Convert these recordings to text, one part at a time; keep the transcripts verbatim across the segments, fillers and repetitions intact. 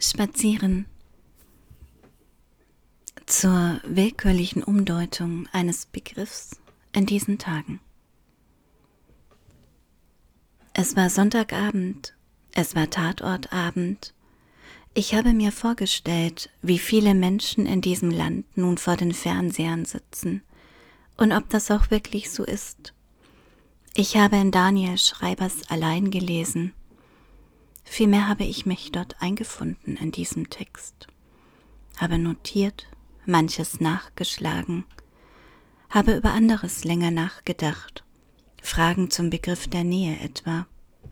Spazieren zur willkürlichen Umdeutung eines Begriffs in diesen Tagen. Es war Sonntagabend, es war Tatortabend. Ich habe mir vorgestellt, wie viele Menschen in diesem Land nun vor den Fernsehern sitzen und ob das auch wirklich so ist. Ich habe in Daniel Schreibers Allein gelesen. Vielmehr habe ich mich dort eingefunden in diesem Text, habe notiert, manches nachgeschlagen, habe über anderes länger nachgedacht, Fragen zum Begriff der Nähe etwa.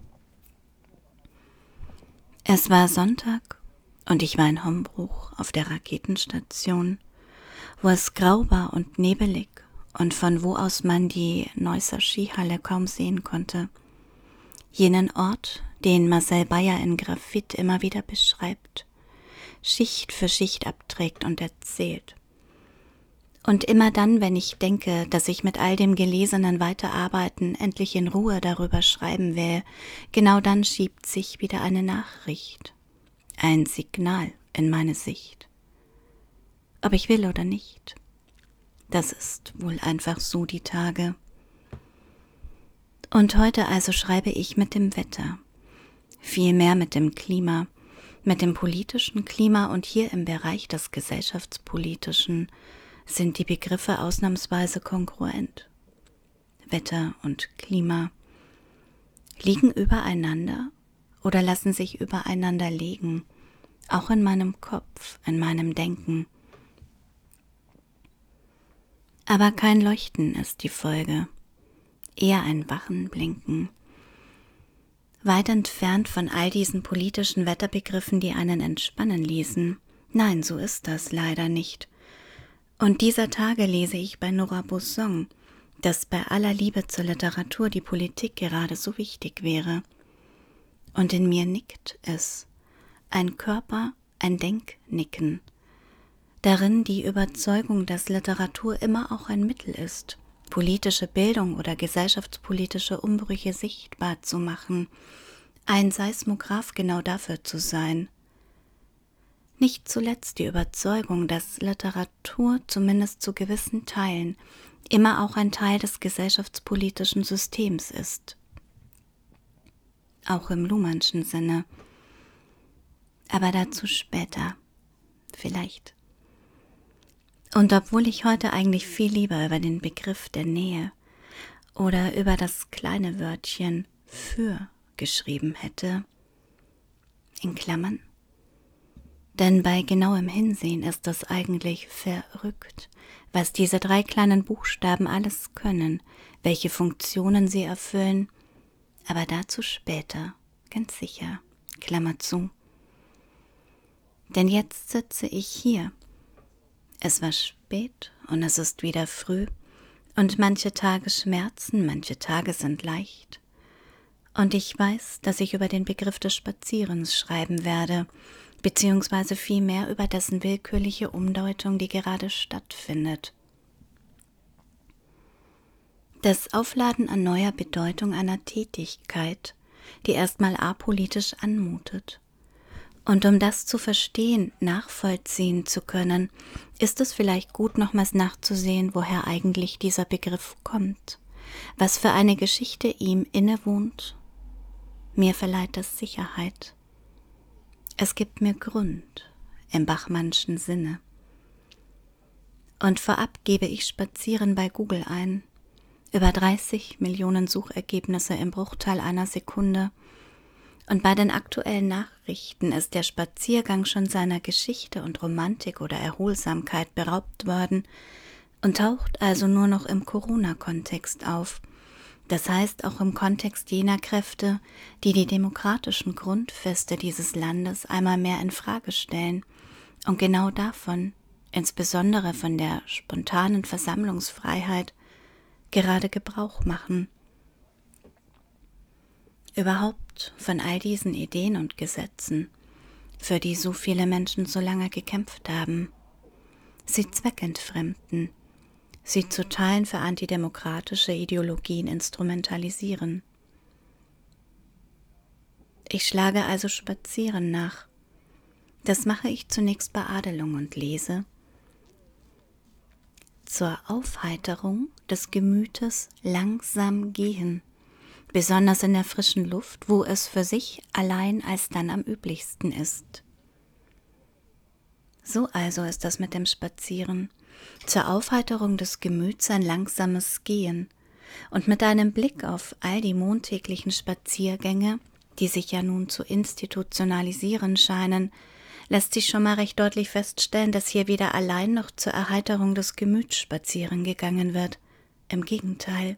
Es war Sonntag und ich war in Hombruch auf der Raketenstation, wo es grau war und nebelig und von wo aus man die Neusser Skihalle kaum sehen konnte. Jenen Ort, den Marcel Beyer in Graphit immer wieder beschreibt, Schicht für Schicht abträgt und erzählt. Und immer dann, wenn ich denke, dass ich mit all dem Gelesenen weiterarbeiten, endlich in Ruhe darüber schreiben will, genau dann schiebt sich wieder eine Nachricht, ein Signal in meine Sicht. Ob ich will oder nicht, das ist wohl einfach so die Tage. Und heute also schreibe ich mit dem Wetter, vielmehr mit dem Klima, mit dem politischen Klima und hier im Bereich des gesellschaftspolitischen sind die Begriffe ausnahmsweise kongruent. Wetter und Klima liegen übereinander oder lassen sich übereinander legen, auch in meinem Kopf, in meinem Denken. Aber kein Leuchten ist die Folge, eher ein Wachenblinken. Weit entfernt von all diesen politischen Wetterbegriffen, die einen entspannen ließen. Nein, so ist das leider nicht. Und dieser Tage lese ich bei Nora Bosson, dass bei aller Liebe zur Literatur die Politik gerade so wichtig wäre. Und in mir nickt es, ein Körper, ein Denknicken, darin die Überzeugung, dass Literatur immer auch ein Mittel ist, politische Bildung oder gesellschaftspolitische Umbrüche sichtbar zu machen, ein Seismograph genau dafür zu sein. Nicht zuletzt die Überzeugung, dass Literatur zumindest zu gewissen Teilen immer auch ein Teil des gesellschaftspolitischen Systems ist. Auch im Luhmannschen Sinne. Aber dazu später, vielleicht. Und obwohl ich heute eigentlich viel lieber über den Begriff der Nähe oder über das kleine Wörtchen für geschrieben hätte, in Klammern, denn bei genauem Hinsehen ist es eigentlich verrückt, was diese drei kleinen Buchstaben alles können, welche Funktionen sie erfüllen, aber dazu später, ganz sicher, Klammer zu. Denn jetzt sitze ich hier. Es war spät und es ist wieder früh und manche Tage schmerzen, manche Tage sind leicht. Und ich weiß, dass ich über den Begriff des Spazierens schreiben werde, beziehungsweise vielmehr über dessen willkürliche Umdeutung, die gerade stattfindet. Das Aufladen an neuer Bedeutung einer Tätigkeit, die erstmal apolitisch anmutet. Und um das zu verstehen, nachvollziehen zu können, ist es vielleicht gut, nochmals nachzusehen, woher eigentlich dieser Begriff kommt, was für eine Geschichte ihm innewohnt. Mir verleiht das Sicherheit. Es gibt mir Grund im Bachmannschen Sinne. Und vorab gebe ich Spazieren bei Google ein, über dreißig Millionen Suchergebnisse im Bruchteil einer Sekunde. Und bei den aktuellen Nachrichten ist der Spaziergang schon seiner Geschichte und Romantik oder Erholsamkeit beraubt worden und taucht also nur noch im Corona-Kontext auf. Das heißt auch im Kontext jener Kräfte, die die demokratischen Grundfeste dieses Landes einmal mehr in Frage stellen und genau davon, insbesondere von der spontanen Versammlungsfreiheit, gerade Gebrauch machen. Überhaupt von all diesen Ideen und Gesetzen, für die so viele Menschen so lange gekämpft haben, sie zweckentfremden, sie zu Teilen für antidemokratische Ideologien instrumentalisieren. Ich schlage also Spazieren nach, Das mache ich zunächst bei Adelung und lese: Zur Aufheiterung des Gemütes langsam gehen, besonders in der frischen Luft, wo es für sich allein alsdann am üblichsten ist. So also ist das mit dem Spazieren. Zur Aufheiterung des Gemüts ein langsames Gehen und mit einem Blick auf all die montäglichen Spaziergänge, die sich ja nun zu institutionalisieren scheinen, lässt sich schon mal recht deutlich feststellen, dass hier weder allein noch zur Erheiterung des Gemüts spazieren gegangen wird. Im Gegenteil.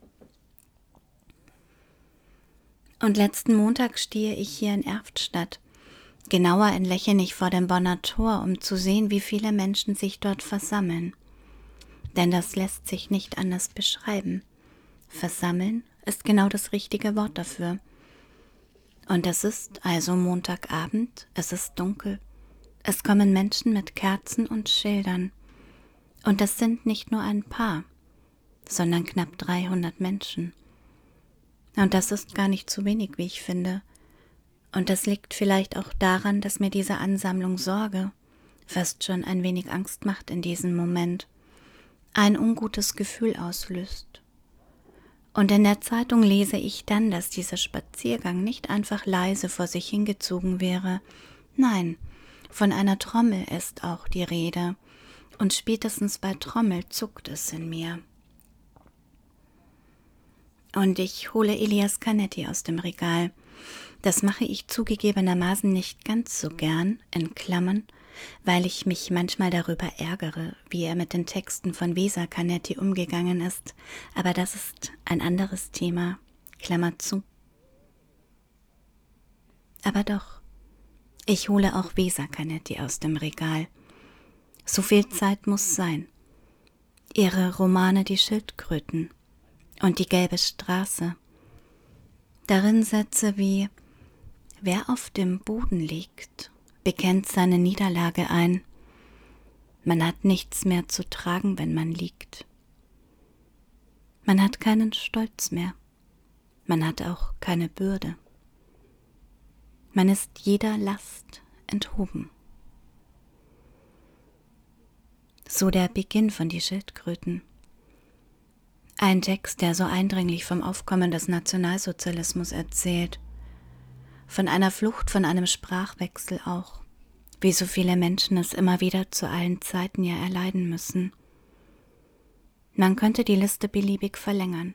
Und letzten Montag stehe ich hier in Erftstadt, genauer in Lechenich vor dem Bonner Tor, um zu sehen, wie viele Menschen sich dort versammeln. Denn das lässt sich nicht anders beschreiben. Versammeln ist genau das richtige Wort dafür. Und es ist also Montagabend, es ist dunkel. Es kommen Menschen mit Kerzen und Schildern. Und das sind nicht nur ein paar, sondern knapp dreihundert Menschen. Und das ist gar nicht zu wenig, wie ich finde. Und das liegt vielleicht auch daran, dass mir diese Ansammlung Sorge, fast schon ein wenig Angst macht in diesem Moment, ein ungutes Gefühl auslöst. Und in der Zeitung lese ich dann, dass dieser Spaziergang nicht einfach leise vor sich hingezogen wäre. Nein, von einer Trommel ist auch die Rede, und spätestens bei Trommel zuckt es in mir. Und ich hole Elias Canetti aus dem Regal. Das mache ich zugegebenermaßen nicht ganz so gern, in Klammern, weil ich mich manchmal darüber ärgere, wie er mit den Texten von Weser Canetti umgegangen ist, aber das ist ein anderes Thema, Klammer zu. Aber doch, ich hole auch Weser Canetti aus dem Regal. So viel Zeit muss sein. Ihre Romane Die Schildkröten und Die gelbe Straße. Darin Sätze wie: Wer auf dem Boden liegt, bekennt seine Niederlage ein. Man hat nichts mehr zu tragen, wenn man liegt. Man hat keinen Stolz mehr. Man hat auch keine Bürde. Man ist jeder Last enthoben. So der Beginn von Die Schildkröten. Ein Text, der so eindringlich vom Aufkommen des Nationalsozialismus erzählt. Von einer Flucht, von einem Sprachwechsel auch, wie so viele Menschen es immer wieder zu allen Zeiten ja erleiden müssen. Man könnte die Liste beliebig verlängern.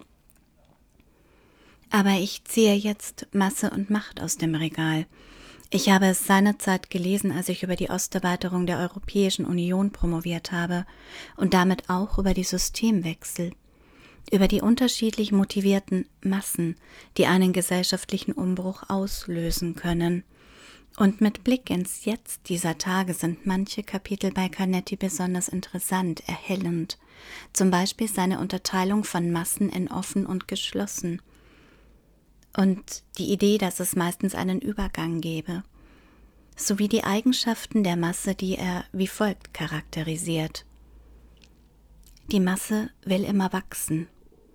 Aber ich ziehe jetzt Masse und Macht aus dem Regal. Ich habe es seinerzeit gelesen, als ich über die Osterweiterung der Europäischen Union promoviert habe und damit auch über die Systemwechsel, über die unterschiedlich motivierten Massen, die einen gesellschaftlichen Umbruch auslösen können. Und mit Blick ins Jetzt dieser Tage sind manche Kapitel bei Canetti besonders interessant, erhellend. Zum Beispiel seine Unterteilung von Massen in offen und geschlossen. Und die Idee, dass es meistens einen Übergang gebe, sowie die Eigenschaften der Masse, die er wie folgt charakterisiert. Die Masse will immer wachsen.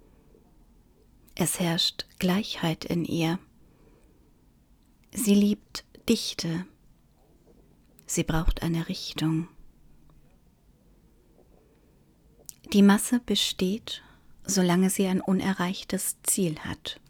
Es herrscht Gleichheit in ihr. Sie liebt Dichte. Sie braucht eine Richtung. Die Masse besteht, solange sie ein unerreichtes Ziel hat.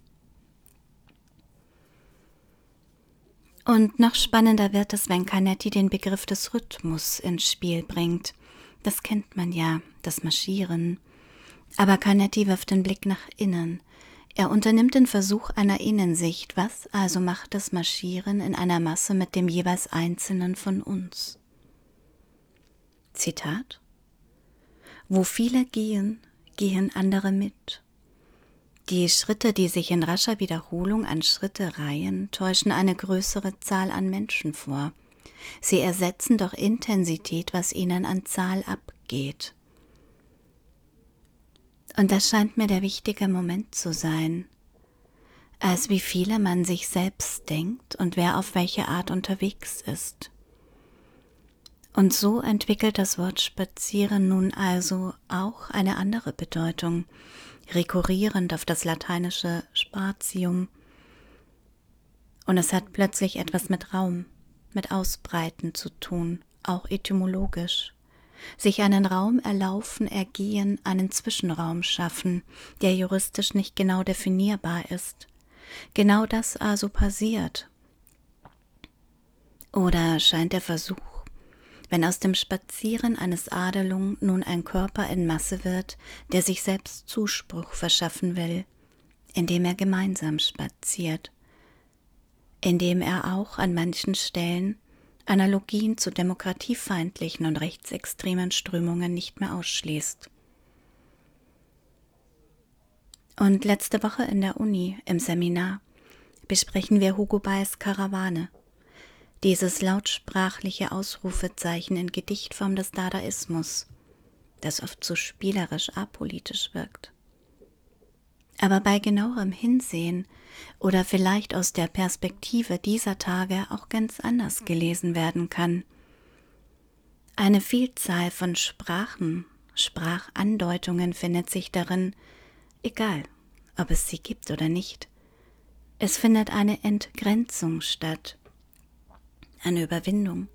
Und noch spannender wird es, wenn Canetti den Begriff des Rhythmus ins Spiel bringt. Das kennt man ja, das Marschieren. Aber Canetti wirft den Blick nach innen. Er unternimmt den Versuch einer Innensicht. Was also macht das Marschieren in einer Masse mit dem jeweils Einzelnen von uns? Zitat: Wo viele gehen, gehen andere mit. Die Schritte, die sich in rascher Wiederholung an Schritte reihen, täuschen eine größere Zahl an Menschen vor. Sie ersetzen doch Intensität, was ihnen an Zahl abgeht. Und das scheint mir der wichtige Moment zu sein, als wie viele man sich selbst denkt und wer auf welche Art unterwegs ist. Und so entwickelt das Wort Spazieren nun also auch eine andere Bedeutung, rekurrierend auf das lateinische Spatium. Und es hat plötzlich etwas mit Raum, mit Ausbreiten zu tun, auch etymologisch. Sich einen Raum erlaufen, ergehen, einen Zwischenraum schaffen, der juristisch nicht genau definierbar ist. Genau das also passiert. Oder scheint der Versuch, wenn aus dem Spazieren eines Adelung nun ein Körper in Masse wird, der sich selbst Zuspruch verschaffen will, indem er gemeinsam spaziert, indem er auch an manchen Stellen Analogien zu demokratiefeindlichen und rechtsextremen Strömungen nicht mehr ausschließt. Und letzte Woche in der Uni, im Seminar, besprechen wir Hugo Bays Karawane, dieses lautsprachliche Ausrufezeichen in Gedichtform des Dadaismus, das oft so spielerisch apolitisch wirkt. Aber bei genauerem Hinsehen oder vielleicht aus der Perspektive dieser Tage auch ganz anders gelesen werden kann. Eine Vielzahl von Sprachen, Sprachandeutungen findet sich darin, egal, ob es sie gibt oder nicht. Es findet eine Entgrenzung statt, eine Überwindung.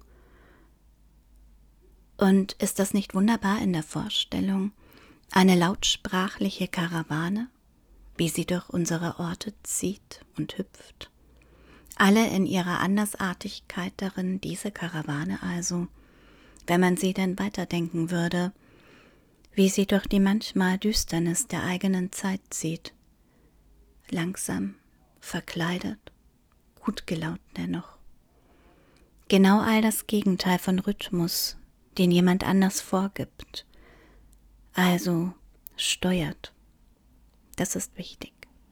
Und ist das nicht wunderbar in der Vorstellung, eine lautsprachliche Karawane, wie sie durch unsere Orte zieht und hüpft? Alle in ihrer Andersartigkeit darin, diese Karawane also, wenn man sie denn weiterdenken würde, wie sie durch die manchmal Düsternis der eigenen Zeit zieht. Langsam, verkleidet, gut gelaunt dennoch. Genau all das Gegenteil von Rhythmus, den jemand anders vorgibt, also steuert. Das ist wichtig.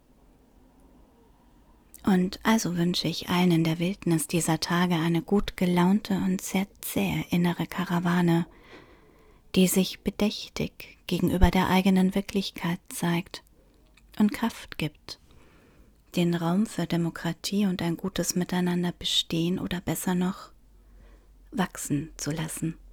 Und also wünsche ich allen in der Wildnis dieser Tage eine gut gelaunte und sehr zähe innere Karawane, die sich bedächtig gegenüber der eigenen Wirklichkeit zeigt und Kraft gibt, den Raum für Demokratie und ein gutes Miteinander bestehen oder besser noch wachsen zu lassen.